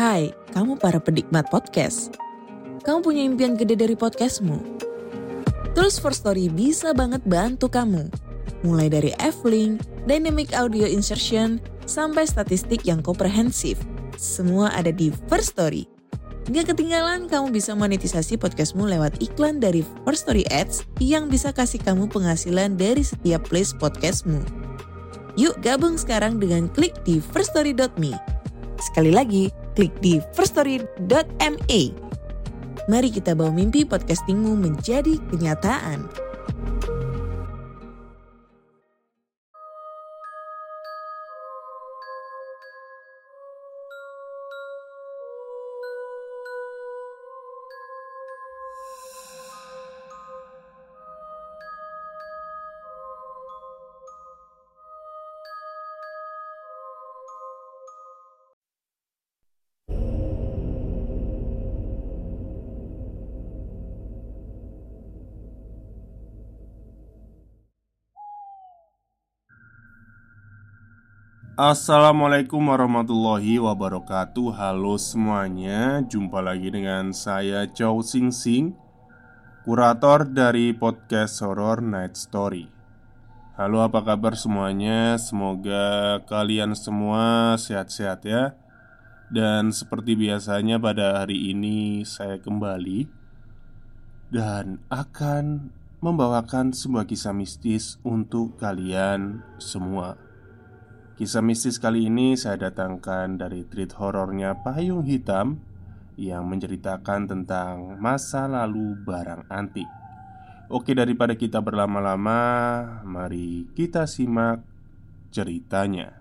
Hai, kamu para penikmat podcast. Kamu punya impian gede dari podcastmu? Tools for Story bisa banget bantu kamu. Mulai dari F-Link, Dynamic Audio Insertion, sampai statistik yang komprehensif. Semua ada di First Story. Gak ketinggalan kamu bisa monetisasi podcastmu lewat iklan dari First Story Ads yang bisa kasih kamu penghasilan dari setiap place podcastmu. Yuk gabung sekarang dengan klik di firststory.me. Sekali lagi, klik di firststory.me. Mari kita bawa mimpi podcastingmu menjadi kenyataan. Assalamualaikum warahmatullahi wabarakatuh. Halo semuanya, jumpa lagi dengan saya Chow Sing Sing, kurator dari podcast Horror Night Story. Halo, apa kabar semuanya? Semoga kalian semua sehat-sehat ya. Dan seperti biasanya pada hari ini saya kembali dan akan membawakan sebuah kisah mistis untuk kalian semua. Kisah mistis kali ini saya datangkan dari treat horornya Payung Hitam yang menceritakan tentang masa lalu barang antik. Oke, daripada kita berlama-lama, mari kita simak ceritanya.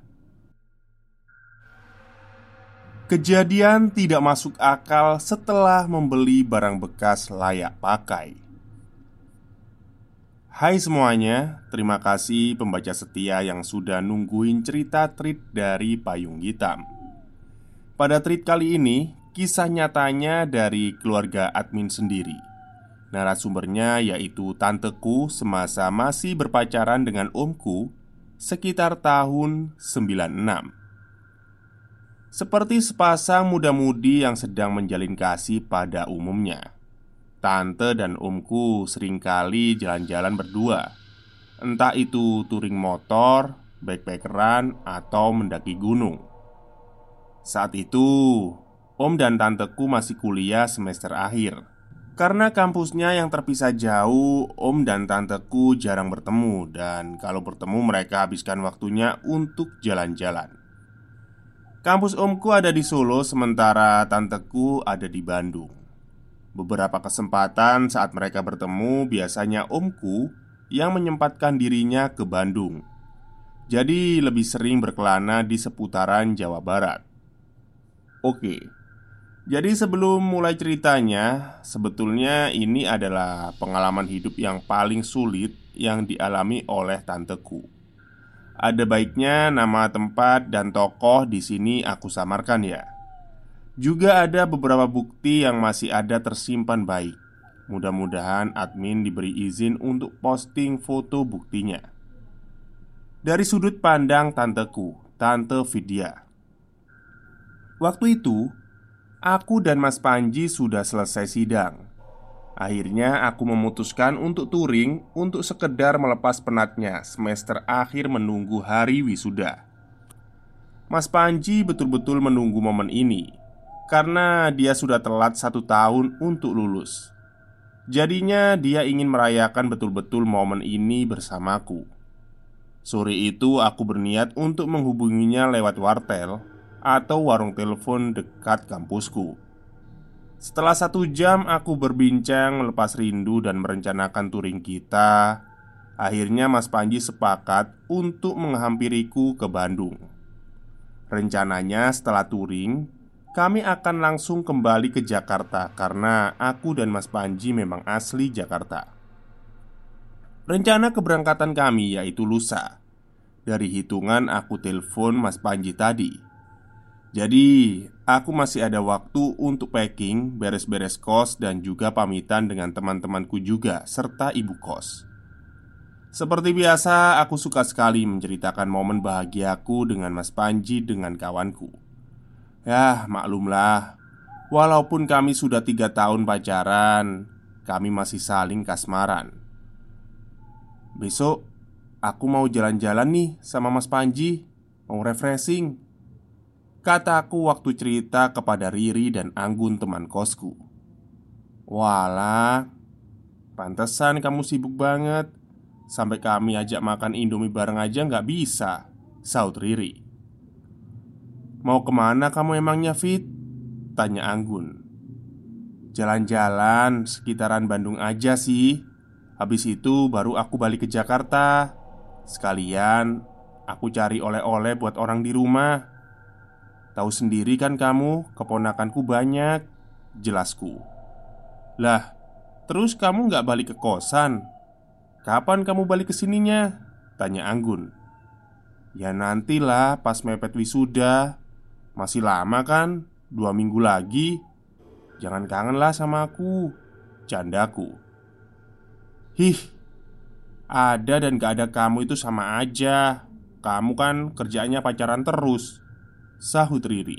Kejadian tidak masuk akal setelah membeli barang bekas layak pakai. Hai semuanya, terima kasih pembaca setia yang sudah nungguin cerita treat dari Payung Hitam. Pada treat kali ini, kisah nyatanya dari keluarga admin sendiri. Narasumbernya yaitu tanteku semasa masih berpacaran dengan omku sekitar tahun 96. Seperti sepasang muda-mudi yang sedang menjalin kasih pada umumnya, tante dan omku seringkali jalan-jalan berdua. Entah itu touring motor, backpackeran, atau mendaki gunung. Saat itu, om dan tanteku masih kuliah semester akhir. Karena kampusnya yang terpisah jauh, om dan tanteku jarang bertemu. Dan kalau bertemu mereka habiskan waktunya untuk jalan-jalan. Kampus omku ada di Solo, sementara tanteku ada di Bandung. Beberapa kesempatan saat mereka bertemu, biasanya omku yang menyempatkan dirinya ke Bandung. Jadi lebih sering berkelana di seputaran Jawa Barat. Oke, jadi sebelum mulai ceritanya, sebetulnya ini adalah pengalaman hidup yang paling sulit yang dialami oleh tanteku. Ada baiknya nama tempat dan tokoh di sini aku samarkan ya. Juga ada beberapa bukti yang masih ada tersimpan baik. Mudah-mudahan admin diberi izin untuk posting foto buktinya. Dari sudut pandang tanteku, Tante Vidya. Waktu itu, aku dan Mas Panji sudah selesai sidang. Akhirnya aku memutuskan untuk touring untuk sekedar melepas penatnya semester akhir menunggu hari wisuda. Mas Panji betul-betul menunggu momen ini karena dia sudah telat 1 tahun untuk lulus. Jadinya dia ingin merayakan betul-betul momen ini bersamaku. Sore itu aku berniat untuk menghubunginya lewat wartel atau warung telepon dekat kampusku. Setelah 1 jam aku berbincang melepas rindu dan merencanakan touring kita, akhirnya Mas Panji sepakat untuk menghampiriku ke Bandung. Rencananya setelah touring, kami akan langsung kembali ke Jakarta karena aku dan Mas Panji memang asli Jakarta. Rencana keberangkatan kami yaitu lusa. Dari hitungan aku telepon Mas Panji tadi. Jadi, aku masih ada waktu untuk packing, beres-beres kos dan juga pamitan dengan teman-temanku juga serta ibu kos. Seperti biasa, aku suka sekali menceritakan momen bahagiaku dengan Mas Panji dengan kawanku. Ya, maklumlah. Walaupun kami sudah 3 tahun pacaran, kami masih saling kasmaran. Besok aku mau jalan-jalan nih sama Mas Panji. Mau refreshing, kataku waktu cerita kepada Riri dan Anggun teman kosku. Walah, pantesan kamu sibuk banget. Sampai kami ajak makan Indomie bareng aja nggak bisa, saut Riri. Mau kemana kamu emangnya, Fit? Tanya Anggun. Jalan-jalan sekitaran Bandung aja sih. Habis itu baru aku balik ke Jakarta. Sekalian aku cari oleh-oleh buat orang di rumah. Tahu sendiri kan kamu, keponakanku banyak, jelasku. Lah, terus kamu nggak balik ke kosan? Kapan kamu balik ke sininya? Tanya Anggun. Ya nantilah pas mepet wisuda. Masih lama kan? 2 minggu lagi. Jangan kangen lah sama aku, candaku. Hih, ada dan gak ada kamu itu sama aja. Kamu kan kerjaannya pacaran terus, sahut Riri.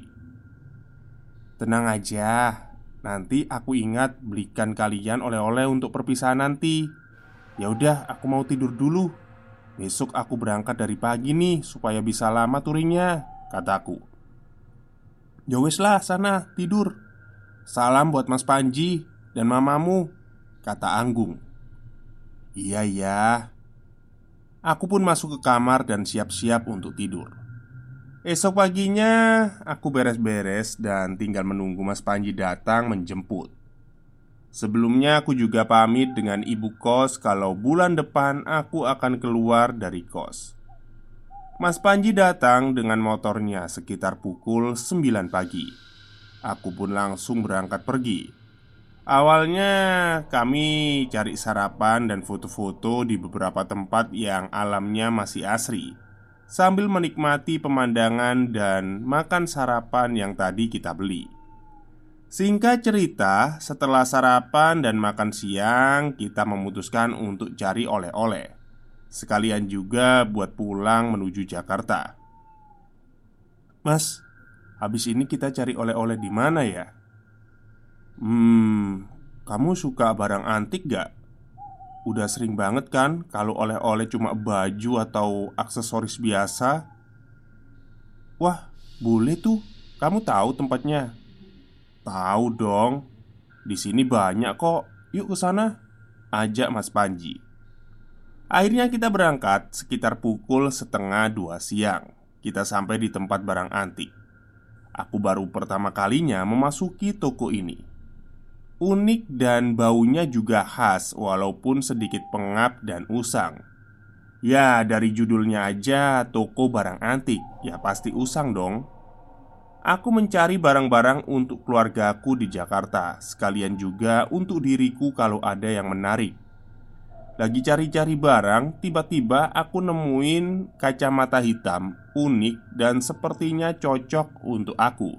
Tenang aja, nanti aku ingat belikan kalian oleh-oleh untuk perpisahan nanti. Ya udah, aku mau tidur dulu. Besok aku berangkat dari pagi nih supaya bisa lama touringnya, kataku. Ya wes lah, sana tidur. Salam buat Mas Panji dan mamamu, kata Anggung. Iya ya. Aku pun masuk ke kamar dan siap-siap untuk tidur. Esok paginya aku beres-beres dan tinggal menunggu Mas Panji datang menjemput. Sebelumnya aku juga pamit dengan ibu kos kalau bulan depan aku akan keluar dari kos. Mas Panji datang dengan motornya sekitar pukul 9 pagi. Aku pun langsung berangkat pergi. Awalnya kami cari sarapan dan foto-foto di beberapa tempat yang alamnya masih asri, sambil menikmati pemandangan dan makan sarapan yang tadi kita beli. Singkat cerita, setelah sarapan dan makan siang, kita memutuskan untuk cari oleh-oleh. Sekalian juga buat pulang menuju Jakarta. Mas, habis ini kita cari oleh-oleh di mana ya? Kamu suka barang antik gak? Udah sering banget kan kalau oleh-oleh cuma baju atau aksesoris biasa? Wah, boleh tuh. Kamu tahu tempatnya? Tahu dong. Di sini banyak kok. Yuk ke sana, ajak Mas Panji. Akhirnya kita berangkat sekitar pukul 1:30 siang. Kita sampai di tempat barang antik. Aku baru pertama kalinya memasuki toko ini. Unik dan baunya juga khas walaupun sedikit pengap dan usang. Ya dari judulnya aja toko barang antik, ya pasti usang dong. Aku mencari barang-barang untuk keluargaku di Jakarta, sekalian juga untuk diriku kalau ada yang menarik. Lagi cari-cari barang, tiba-tiba aku nemuin kacamata hitam unik dan sepertinya cocok untuk aku.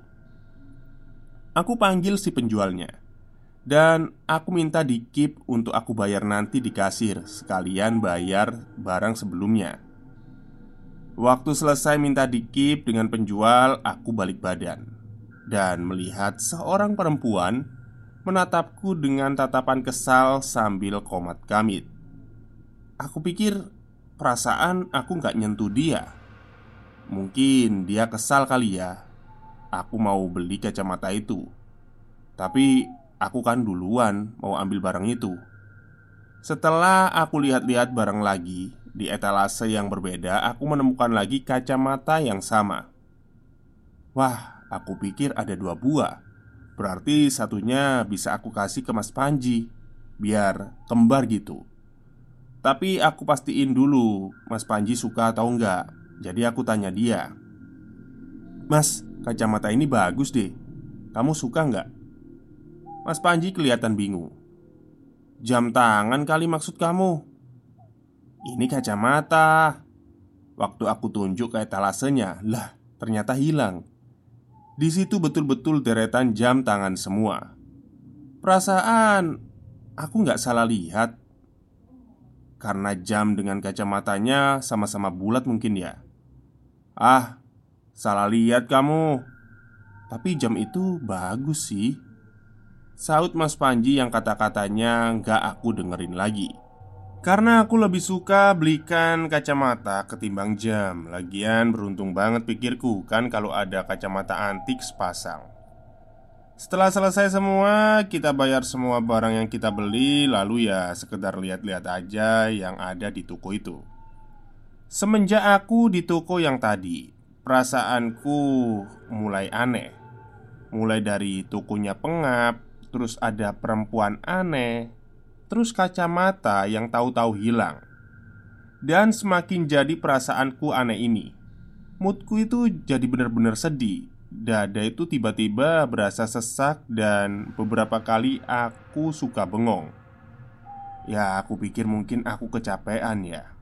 Aku panggil si penjualnya dan aku minta di-keep untuk aku bayar nanti di kasir, sekalian bayar barang sebelumnya. Waktu selesai minta di-keep dengan penjual, aku balik badan dan melihat seorang perempuan menatapku dengan tatapan kesal sambil komat kamit. Aku pikir perasaan aku gak nyentuh dia. Mungkin dia kesal kali ya. Aku mau beli kacamata itu, tapi aku kan duluan mau ambil barang itu. Setelah aku lihat-lihat barang lagi di etalase yang berbeda, aku menemukan lagi kacamata yang sama. Wah, aku pikir ada 2 buah. Berarti satunya bisa aku kasih ke Mas Panji, biar kembar gitu. Tapi aku pastiin dulu Mas Panji suka atau enggak. Jadi aku tanya dia, Mas, kacamata ini bagus deh. Kamu suka enggak? Mas Panji kelihatan bingung. Jam tangan kali maksud kamu? Ini kacamata. Waktu aku tunjuk ke etalasenya, lah ternyata hilang. Di situ betul-betul deretan jam tangan semua. Perasaan aku nggak salah lihat. Karena jam dengan kacamatanya sama-sama bulat mungkin ya. Ah, salah lihat kamu. Tapi jam itu bagus sih," saut Mas Panji yang kata-katanya gak aku dengerin lagi. "Karena aku lebih suka belikan kacamata ketimbang jam. Lagian beruntung banget pikirku kan kalau ada kacamata antik sepasang." Setelah selesai semua, kita bayar semua barang yang kita beli. Lalu ya sekedar lihat-lihat aja yang ada di toko itu. Semenjak aku di toko yang tadi, perasaanku mulai aneh. Mulai dari tokonya pengap, terus ada perempuan aneh, terus kacamata yang tahu-tahu hilang. Dan semakin jadi perasaanku aneh ini, moodku itu jadi benar-benar sedih. Dada itu tiba-tiba berasa sesak dan beberapa kali aku suka bengong. Ya, aku pikir mungkin aku kecapean ya.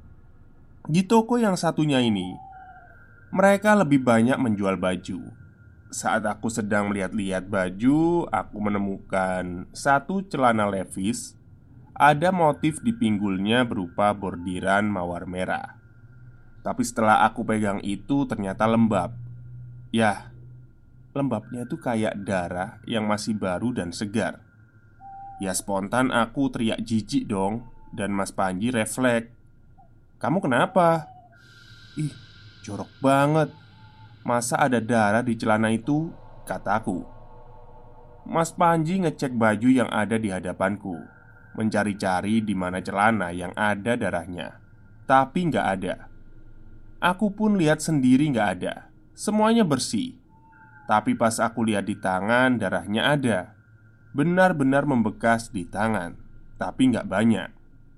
Di toko yang satunya ini, mereka lebih banyak menjual baju. Saat aku sedang melihat-lihat baju, aku menemukan satu celana Levi's. Ada motif di pinggulnya berupa bordiran mawar merah. Tapi setelah aku pegang itu ternyata lembab. Ya, lembabnya itu kayak darah yang masih baru dan segar. Ya spontan aku teriak jijik dong. Dan Mas Panji refleks, "Kamu kenapa?" "Ih, jorok banget. Masa ada darah di celana itu?" kataku. Mas Panji ngecek baju yang ada di hadapanku, mencari-cari di mana celana yang ada darahnya. Tapi nggak ada. Aku pun lihat sendiri nggak ada. Semuanya bersih. Tapi pas aku lihat di tangan, darahnya ada. Benar-benar membekas di tangan, tapi nggak banyak.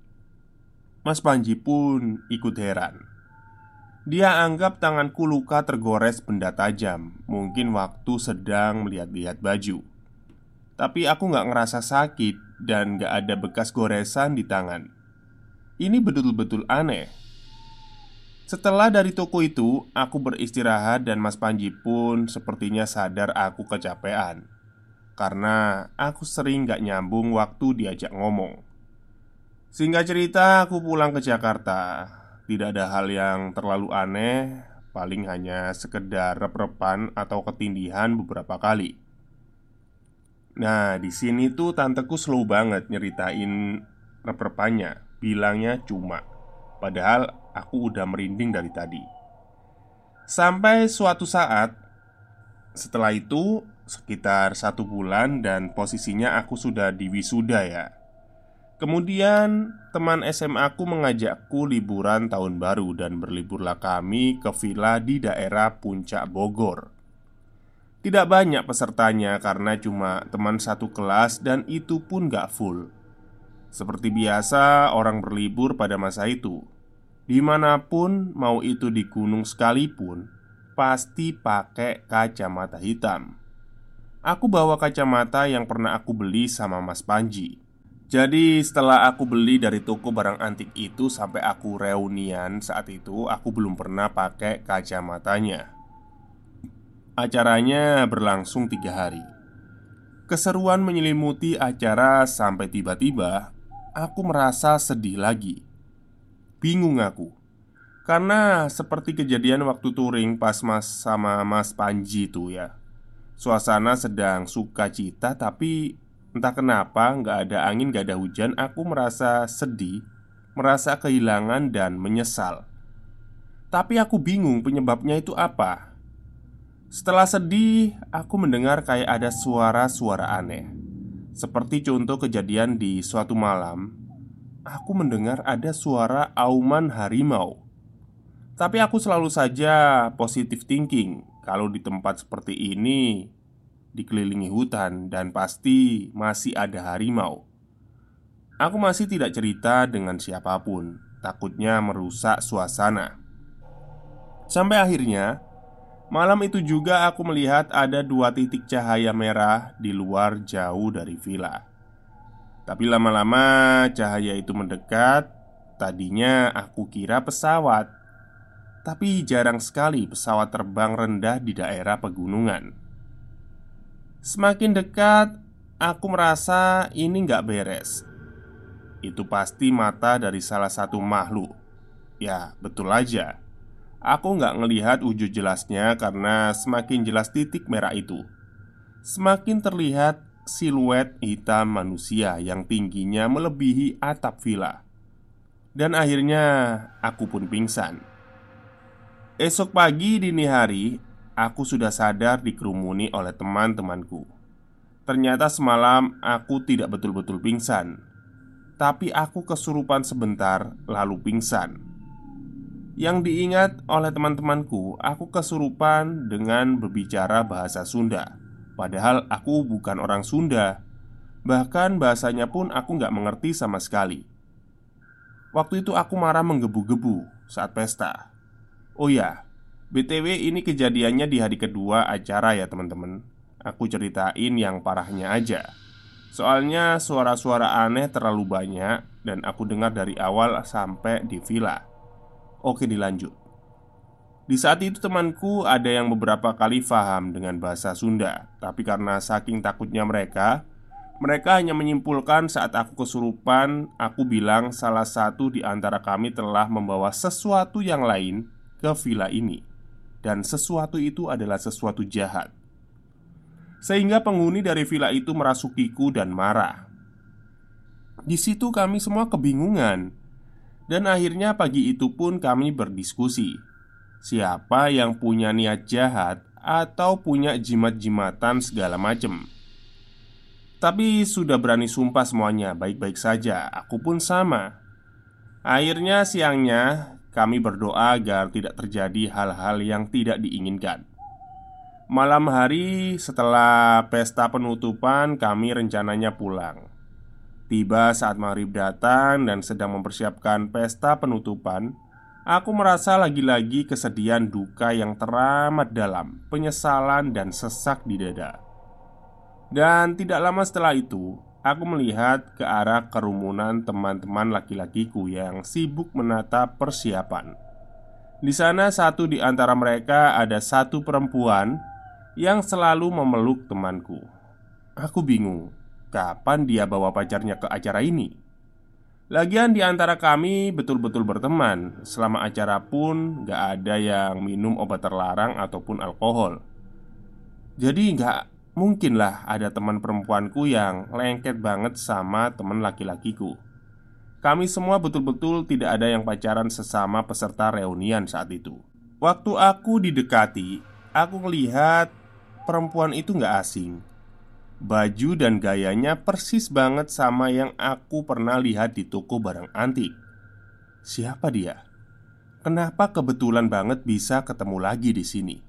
Mas Panji pun ikut heran. Dia anggap tanganku luka tergores benda tajam. Mungkin waktu sedang melihat-lihat baju. Tapi aku nggak ngerasa sakit dan nggak ada bekas goresan di tangan. Ini betul-betul aneh. Setelah dari toko itu, aku beristirahat dan Mas Panji pun sepertinya sadar aku kecapean. Karena aku sering gak nyambung waktu diajak ngomong. Singkat cerita, aku pulang ke Jakarta. Tidak ada hal yang terlalu aneh. Paling hanya sekedar rep-repan atau ketindihan beberapa kali. Nah, di sini tuh tanteku slow banget nyeritain rep-repannya. Bilangnya cuma. Padahal aku udah merinding dari tadi. Sampai suatu saat, setelah itu sekitar 1 bulan dan posisinya aku sudah di wisuda ya. Kemudian teman SMA aku mengajakku liburan tahun baru dan berliburlah kami ke villa di daerah Puncak Bogor. Tidak banyak pesertanya karena cuma teman satu kelas dan itu pun gak full. Seperti biasa orang berlibur pada masa itu. Dimanapun, mau itu di gunung sekalipun, pasti pakai kacamata hitam. Aku bawa kacamata yang pernah aku beli sama Mas Panji. Jadi setelah aku beli dari toko barang antik itu sampai aku reunian saat itu, aku belum pernah pakai kacamatanya. Acaranya berlangsung 3 hari. Keseruan menyelimuti acara sampai tiba-tiba aku merasa sedih lagi. Bingung aku. Karena seperti kejadian waktu touring pas sama Mas Panji itu ya. Suasana sedang sukacita tapi entah kenapa nggak ada angin, nggak ada hujan. Aku merasa sedih, merasa kehilangan dan menyesal. Tapi aku bingung penyebabnya itu apa. Setelah sedih, aku mendengar kayak ada suara-suara aneh. Seperti contoh kejadian di suatu malam, aku mendengar ada suara auman harimau. Tapi aku selalu saja positive thinking. Kalau di tempat seperti ini dikelilingi hutan dan pasti masih ada harimau. Aku masih tidak cerita dengan siapapun. Takutnya merusak suasana. Sampai akhirnya malam itu juga aku melihat ada 2 titik cahaya merah di luar jauh dari villa. Tapi lama-lama cahaya itu mendekat. Tadinya aku kira pesawat. Tapi jarang sekali pesawat terbang rendah di daerah pegunungan. Semakin dekat, aku merasa ini nggak beres. Itu pasti mata dari salah satu makhluk. Ya, betul aja. Aku nggak ngelihat wujud jelasnya karena semakin jelas titik merah itu, semakin terlihat siluet hitam manusia yang tingginya melebihi atap villa. Dan akhirnya aku pun pingsan. Esok pagi dini hari, aku sudah sadar dikerumuni oleh teman-temanku. Ternyata semalam aku tidak betul-betul pingsan, tapi aku kesurupan sebentar lalu pingsan. Yang diingat oleh teman-temanku, aku kesurupan dengan berbicara bahasa Sunda. Padahal aku bukan orang Sunda. Bahkan bahasanya pun aku nggak mengerti sama sekali. Waktu itu aku marah menggebu-gebu saat pesta. Oh ya, BTW ini kejadiannya di hari kedua acara ya teman-teman. Aku ceritain yang parahnya aja. Soalnya suara-suara aneh terlalu banyak dan aku dengar dari awal sampai di villa. Oke, dilanjut. Di saat itu temanku ada yang beberapa kali paham dengan bahasa Sunda. Tapi karena saking takutnya mereka hanya menyimpulkan saat aku kesurupan. Aku bilang salah satu di antara kami telah membawa sesuatu yang lain ke villa ini. Dan sesuatu itu adalah sesuatu jahat, sehingga penghuni dari villa itu merasukiku dan marah. Di situ kami semua kebingungan. Dan akhirnya pagi itu pun kami berdiskusi, siapa yang punya niat jahat atau punya jimat-jimatan segala macem. Tapi sudah berani sumpah semuanya baik-baik saja. Aku pun sama. Akhirnya siangnya kami berdoa agar tidak terjadi hal-hal yang tidak diinginkan. Malam hari setelah pesta penutupan, kami rencananya pulang. Tiba saat maghrib datang dan sedang mempersiapkan pesta penutupan, aku merasa lagi-lagi kesedihan duka yang teramat dalam, penyesalan dan sesak di dada. Dan tidak lama setelah itu, aku melihat ke arah kerumunan teman-teman laki-lakiku yang sibuk menata persiapan. Di sana satu di antara mereka ada satu perempuan yang selalu memeluk temanku. Aku bingung, kapan dia bawa pacarnya ke acara ini? Lagian di antara kami betul-betul berteman. Selama acara pun gak ada yang minum obat terlarang ataupun alkohol. Jadi gak mungkin lah ada teman perempuanku yang lengket banget sama teman laki-lakiku. Kami semua betul-betul tidak ada yang pacaran sesama peserta reunian saat itu. Waktu aku didekati, aku melihat perempuan itu gak asing. Baju dan gayanya persis banget sama yang aku pernah lihat di toko barang antik. Siapa dia? Kenapa kebetulan banget bisa ketemu lagi di sini?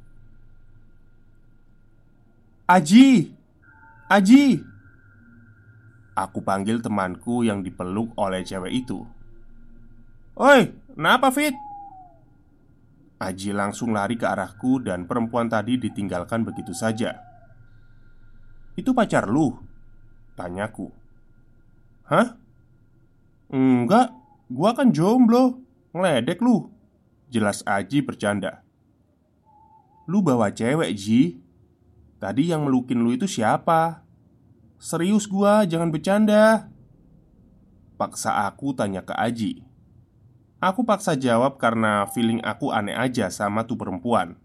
Aji! Aji! Aku panggil temanku yang dipeluk oleh cewek itu. Oi, kenapa Fit? Aji langsung lari ke arahku dan perempuan tadi ditinggalkan begitu saja. Itu pacar lu? Tanyaku. Hah? Enggak, gua kan jomblo. Ngeledek lu. Jelas Aji bercanda. Lu bawa cewek, Ji. Tadi yang melukin lu itu siapa? Serius gua, jangan bercanda. Paksa aku tanya ke Aji. Aku paksa jawab karena feeling aku aneh aja sama tuh perempuan.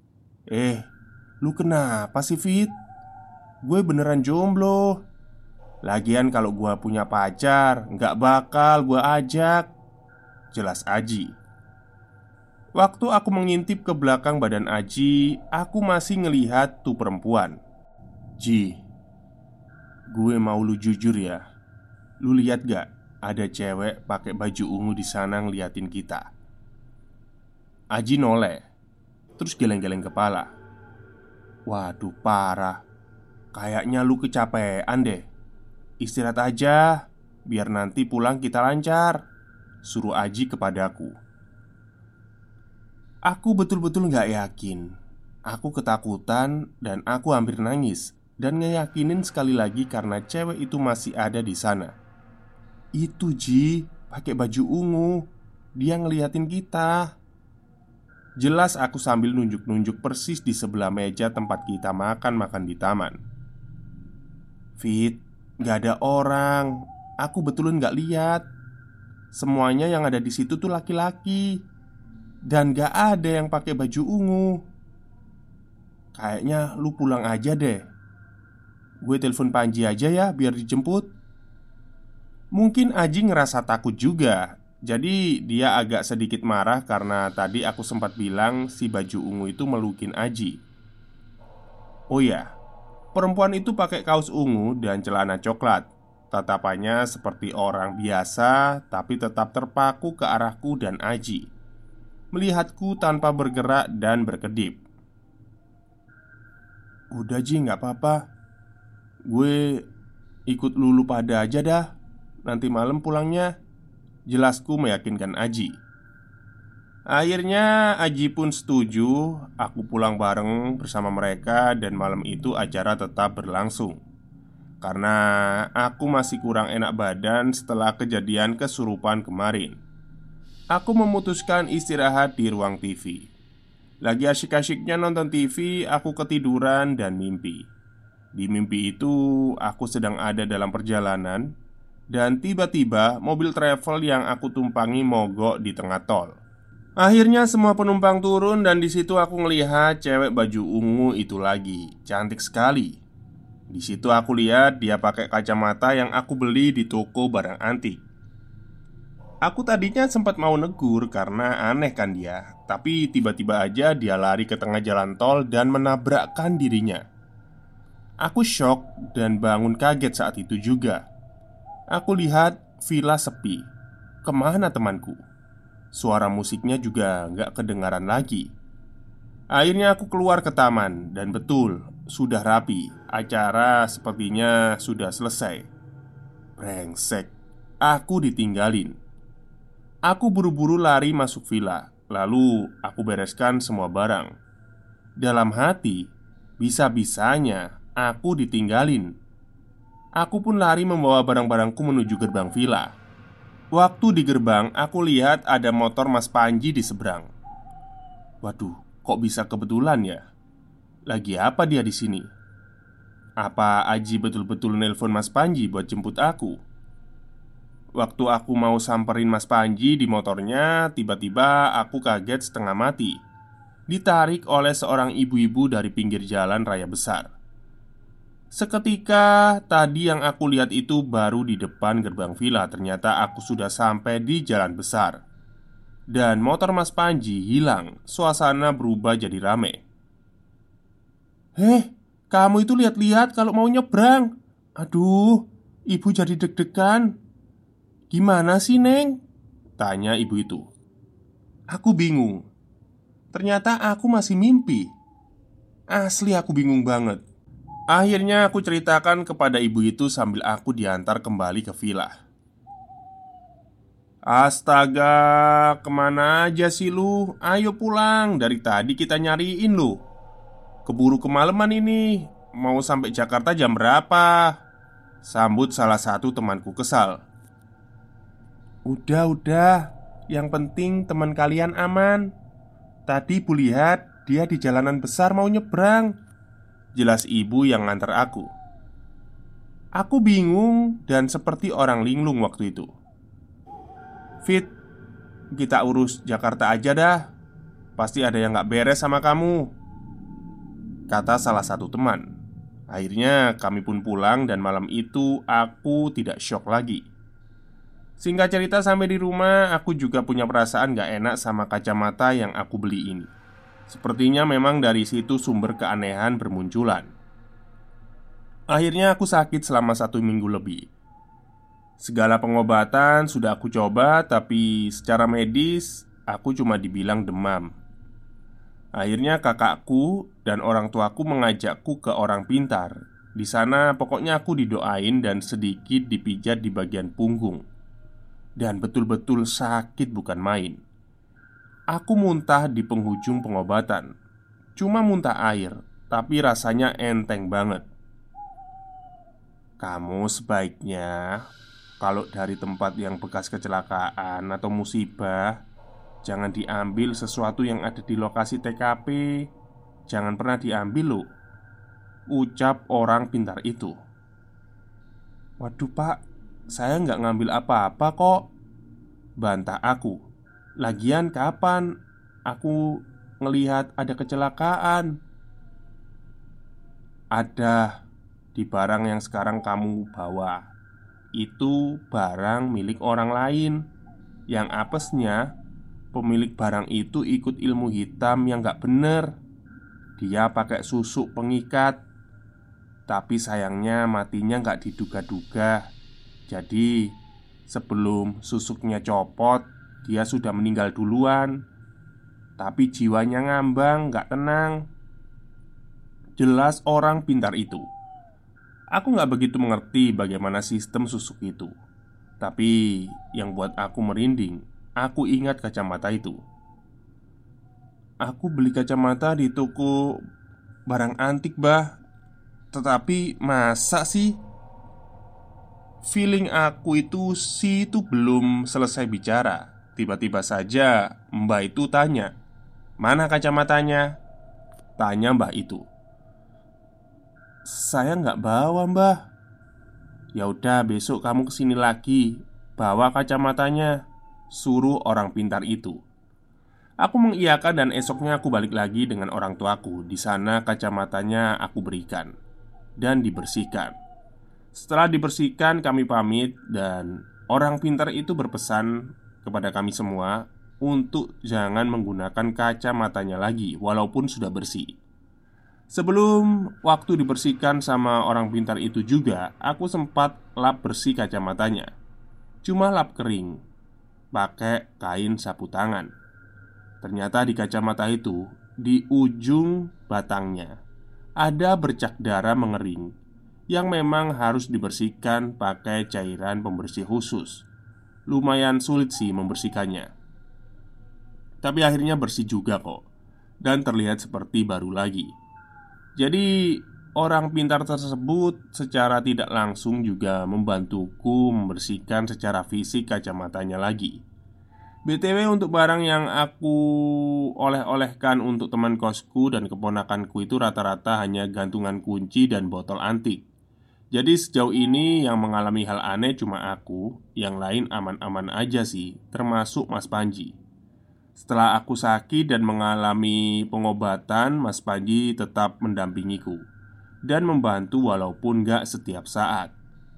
Lu kenapa sih, Fit? Gue beneran jomblo. Lagian kalau gue punya pacar nggak bakal gue ajak. Jelas Aji. Waktu aku mengintip ke belakang badan Aji, aku masih ngelihat tuh perempuan. Ji, gue mau lu jujur ya. Lu lihat gak ada cewek pakai baju ungu di sana ngeliatin kita? Aji noleh, terus geleng-geleng kepala. Waduh, parah. Kayaknya lu kecapean deh. Istirahat aja, biar nanti pulang kita lancar, suruh Aji kepadaku. Aku betul-betul gak yakin. Aku ketakutan dan aku hampir nangis. Dan ngeyakinin sekali lagi karena cewek itu masih ada di sana. Itu Ji, pakai baju ungu. Dia ngeliatin kita. Jelas aku sambil nunjuk-nunjuk persis di sebelah meja tempat kita makan-makan di taman. Fit, gak ada orang. Aku betulan gak lihat. Semuanya yang ada di situ tuh laki-laki. dan gak ada yang pakai baju ungu. Kayaknya lu pulang aja deh. Gue telepon Panji aja ya biar dijemput." Mungkin Aji ngerasa takut juga. Jadi dia agak sedikit marah karena tadi aku sempat bilang si baju ungu itu melukin Aji. Oh ya, perempuan itu pakai kaos ungu dan celana coklat. Tatapannya seperti orang biasa, tapi tetap terpaku ke arahku dan Aji. Melihatku tanpa bergerak dan berkedip. "Udah Ji, gak apa-apa. Gue ikut lulu pada aja dah. Nanti malam pulangnya," jelasku meyakinkan Aji. Akhirnya Aji pun setuju. Aku pulang bareng bersama mereka dan malam itu acara tetap berlangsung. Karena aku masih kurang enak badan setelah kejadian kesurupan kemarin, aku memutuskan istirahat di ruang TV. Lagi asyik-asyiknya nonton TV, aku ketiduran dan mimpi. Di mimpi itu, aku sedang ada dalam perjalanan dan tiba-tiba mobil travel yang aku tumpangi mogok di tengah tol. Akhirnya semua penumpang turun dan di situ aku ngelihat cewek baju ungu itu lagi. Cantik sekali. Di situ aku lihat dia pakai kacamata yang aku beli di toko barang antik. Aku tadinya sempat mau negur karena aneh kan dia, tapi tiba-tiba aja dia lari ke tengah jalan tol dan menabrakkan dirinya. Aku shock dan bangun kaget saat itu juga. Aku lihat villa sepi. Kemana temanku? Suara musiknya juga gak kedengaran lagi. Akhirnya aku keluar ke taman dan betul, sudah rapi. Acara sepertinya sudah selesai. Brengsek, aku ditinggalin. Aku buru-buru lari masuk villa. Lalu aku bereskan semua barang. Dalam hati, bisa-bisanya aku ditinggalin. Aku pun lari membawa barang-barangku menuju gerbang villa. Waktu di gerbang, aku lihat ada motor Mas Panji di seberang. Waduh, kok bisa kebetulan ya? Lagi apa dia di sini? Apa Aji betul-betul nelpon Mas Panji buat jemput aku? Waktu aku mau samperin Mas Panji di motornya, tiba-tiba aku kaget setengah mati. Ditarik oleh seorang ibu-ibu dari pinggir jalan raya besar. Seketika tadi yang aku lihat itu baru di depan gerbang villa. Ternyata aku sudah sampai di jalan besar. Dan motor Mas Panji hilang. Suasana berubah jadi rame. "Heh, kamu itu lihat-lihat kalau mau nyebrang." "Aduh, ibu jadi deg-degan." "Gimana sih Neng?" tanya ibu itu. Aku bingung. Ternyata aku masih mimpi. Asli aku bingung banget. Akhirnya aku ceritakan kepada ibu itu sambil aku diantar kembali ke villa. "Astaga, kemana aja sih lu? Ayo pulang, dari tadi kita nyariin lu. Keburu kemalaman ini. Mau sampai Jakarta jam berapa?" sambut salah satu temanku kesal. Udah, yang penting teman kalian aman. Tadi Bu lihat dia di jalanan besar mau nyebrang," jelas ibu yang nganter aku. Aku bingung dan seperti orang linglung waktu itu. "Fit, kita urus Jakarta aja dah. Pasti ada yang gak beres sama kamu," kata salah satu teman. Akhirnya kami pun pulang dan malam itu aku tidak syok lagi. Singkat cerita sampai di rumah aku juga punya perasaan gak enak sama kacamata yang aku beli ini. Sepertinya memang dari situ sumber keanehan bermunculan. Akhirnya aku sakit selama 1 minggu lebih. Segala pengobatan sudah aku coba, tapi secara medis aku cuma dibilang demam. Akhirnya kakakku dan orang tuaku mengajakku ke orang pintar. Di sana pokoknya aku didoain dan sedikit dipijat di bagian punggung. Dan betul-betul sakit bukan main. Aku muntah di penghujung pengobatan. Cuma muntah air, tapi rasanya enteng banget. Kamu sebaiknya kalau dari tempat yang bekas kecelakaan atau musibah, jangan diambil sesuatu yang ada di lokasi TKP. Jangan pernah diambil loh, ucap orang pintar itu. Waduh pak, saya nggak ngambil apa-apa kok, bantah aku. Lagian kapan aku ngelihat ada kecelakaan. Ada di barang yang sekarang kamu bawa. Itu barang milik orang lain. Yang apesnya, pemilik barang itu ikut ilmu hitam yang gak bener. Dia pakai susuk pengikat. Tapi sayangnya matinya gak diduga-duga. Jadi sebelum susuknya copot, dia sudah meninggal duluan. Tapi jiwanya ngambang, gak tenang. Jelas orang pintar itu. Aku gak begitu mengerti bagaimana sistem susuk itu. Tapi yang buat aku merinding, aku ingat kacamata itu. Aku beli kacamata di toko barang antik, bah. Tetapi masa sih? Feeling aku itu belum selesai bicara. Tiba-tiba saja mbak itu tanya, "Mana kacamatanya?" Tanya mbak itu. "Saya nggak bawa, mbah." "Ya udah, besok kamu kesini lagi, bawa kacamatanya," suruh orang pintar itu. Aku mengiyakan dan esoknya aku balik lagi dengan orang tuaku. Di sana kacamatanya aku berikan dan dibersihkan. Setelah dibersihkan kami pamit dan orang pintar itu berpesan kepada kami semua untuk jangan menggunakan kacamatanya lagi walaupun sudah bersih. Sebelum waktu dibersihkan sama orang pintar itu juga, aku sempat lap bersih kacamatanya. Cuma lap kering, pakai kain sapu tangan. Ternyata di kacamata itu, di ujung batangnya, ada bercak darah mengering yang memang harus dibersihkan pakai cairan pembersih khusus. Lumayan sulit sih membersihkannya. Tapi akhirnya bersih juga kok, dan terlihat seperti baru lagi. Jadi orang pintar tersebut secara tidak langsung juga membantuku membersihkan secara fisik kacamatanya lagi. BTW untuk barang yang aku oleh-olehkan untuk teman kosku dan keponakanku itu rata-rata hanya gantungan kunci dan botol antik. Jadi sejauh ini yang mengalami hal aneh cuma aku, yang lain aman-aman aja sih, termasuk Mas Panji. Setelah aku sakit dan mengalami pengobatan, Mas Panji tetap mendampingiku dan membantu walaupun gak setiap saat.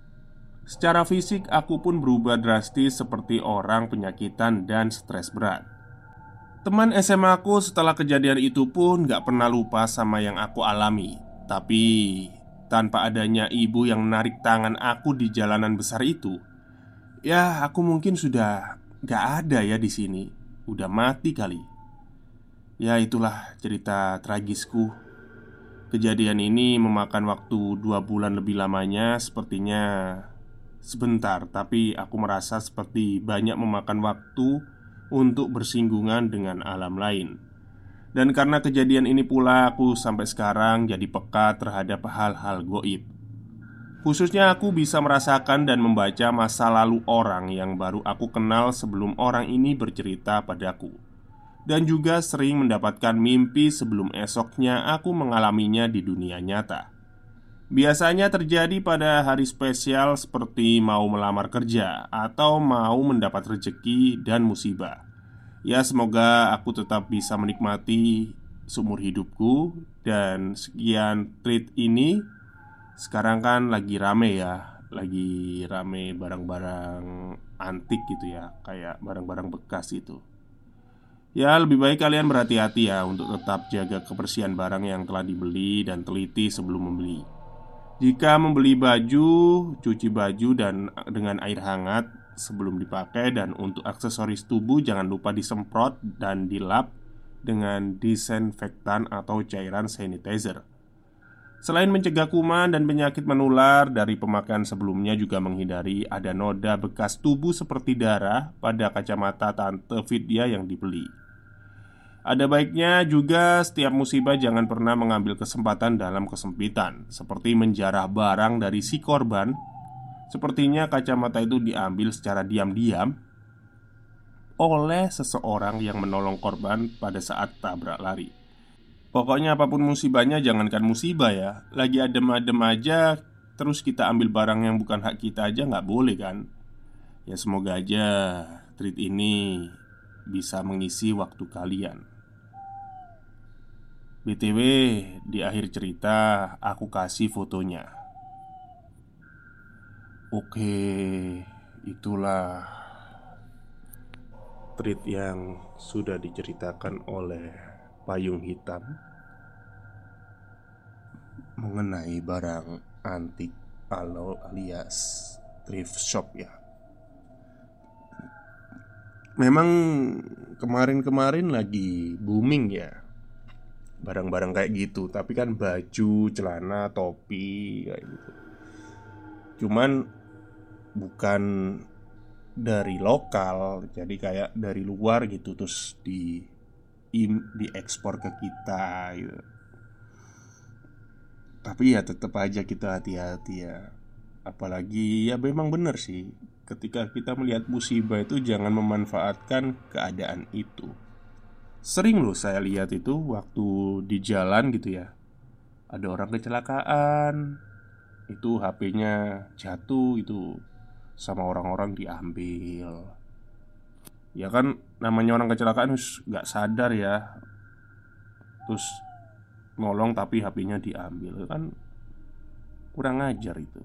Secara fisik aku pun berubah drastis seperti orang penyakitan dan stres berat. Teman SMA aku setelah kejadian itu pun gak pernah lupa sama yang aku alami. Tapi tanpa adanya ibu yang menarik tangan aku di jalanan besar itu, ya aku mungkin sudah gak ada ya di sini. Udah mati kali. Ya itulah cerita tragisku. Kejadian ini memakan waktu 2 bulan lebih lamanya. Sepertinya sebentar, tapi aku merasa seperti banyak memakan waktu untuk bersinggungan dengan alam lain. Dan karena kejadian ini pula aku sampai sekarang jadi peka terhadap hal-hal goib. Khususnya aku bisa merasakan dan membaca masa lalu orang yang baru aku kenal sebelum orang ini bercerita padaku. Dan juga sering mendapatkan mimpi sebelum esoknya aku mengalaminya di dunia nyata. Biasanya terjadi pada hari spesial seperti mau melamar kerja atau mau mendapat rezeki dan musibah. Ya semoga aku tetap bisa menikmati seumur hidupku. Dan sekian treat ini. Sekarang kan lagi rame ya, lagi rame barang-barang antik gitu ya, kayak barang-barang bekas itu. Ya lebih baik kalian berhati-hati ya untuk tetap jaga kebersihan barang yang telah dibeli dan teliti sebelum membeli. Jika membeli baju, cuci baju dan dengan air hangat sebelum dipakai. Dan untuk aksesoris tubuh jangan lupa disemprot dan dilap dengan disinfektan atau cairan sanitizer. Selain mencegah kuman dan penyakit menular dari pemakaian sebelumnya, juga menghindari ada noda bekas tubuh seperti darah pada kacamata Tante Vidya yang dibeli. Ada baiknya juga setiap musibah jangan pernah mengambil kesempatan dalam kesempitan, seperti menjarah barang dari si korban. Sepertinya kacamata itu diambil secara diam-diam oleh seseorang yang menolong korban pada saat tabrak lari. Pokoknya apapun musibahnya jangankan musibah ya, lagi adem-adem aja terus kita ambil barang yang bukan hak kita aja nggak boleh kan. Ya semoga aja treat ini bisa mengisi waktu kalian. BTW, di akhir cerita aku kasih fotonya. Oke, itulah treat yang sudah diceritakan oleh Payung Hitam mengenai barang antik alias thrift shop ya. Memang kemarin-kemarin lagi booming ya barang-barang kayak gitu. Tapi kan baju, celana, topi kayak gitu. Cuman bukan dari lokal, jadi kayak dari luar gitu terus diekspor ke kita gitu. Tapi ya tetap aja kita hati-hati ya. Apalagi ya memang benar sih, ketika kita melihat musibah itu jangan memanfaatkan keadaan itu. Sering loh saya lihat itu waktu di jalan gitu ya, ada orang kecelakaan, itu HP-nya jatuh itu sama orang-orang diambil. Ya kan namanya orang kecelakaan terus nggak sadar ya, terus nolong tapi HP-nya diambil, kan kurang ajar itu.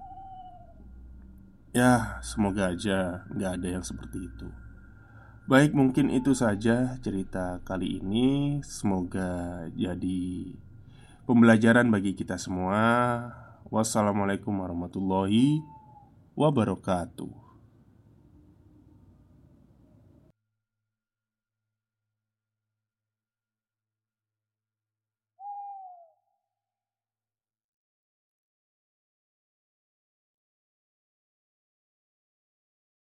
Ya semoga aja nggak ada yang seperti itu. Baik, mungkin itu saja cerita kali ini. Semoga jadi pembelajaran bagi kita semua. Wassalamualaikum warahmatullahi wabarakatuh.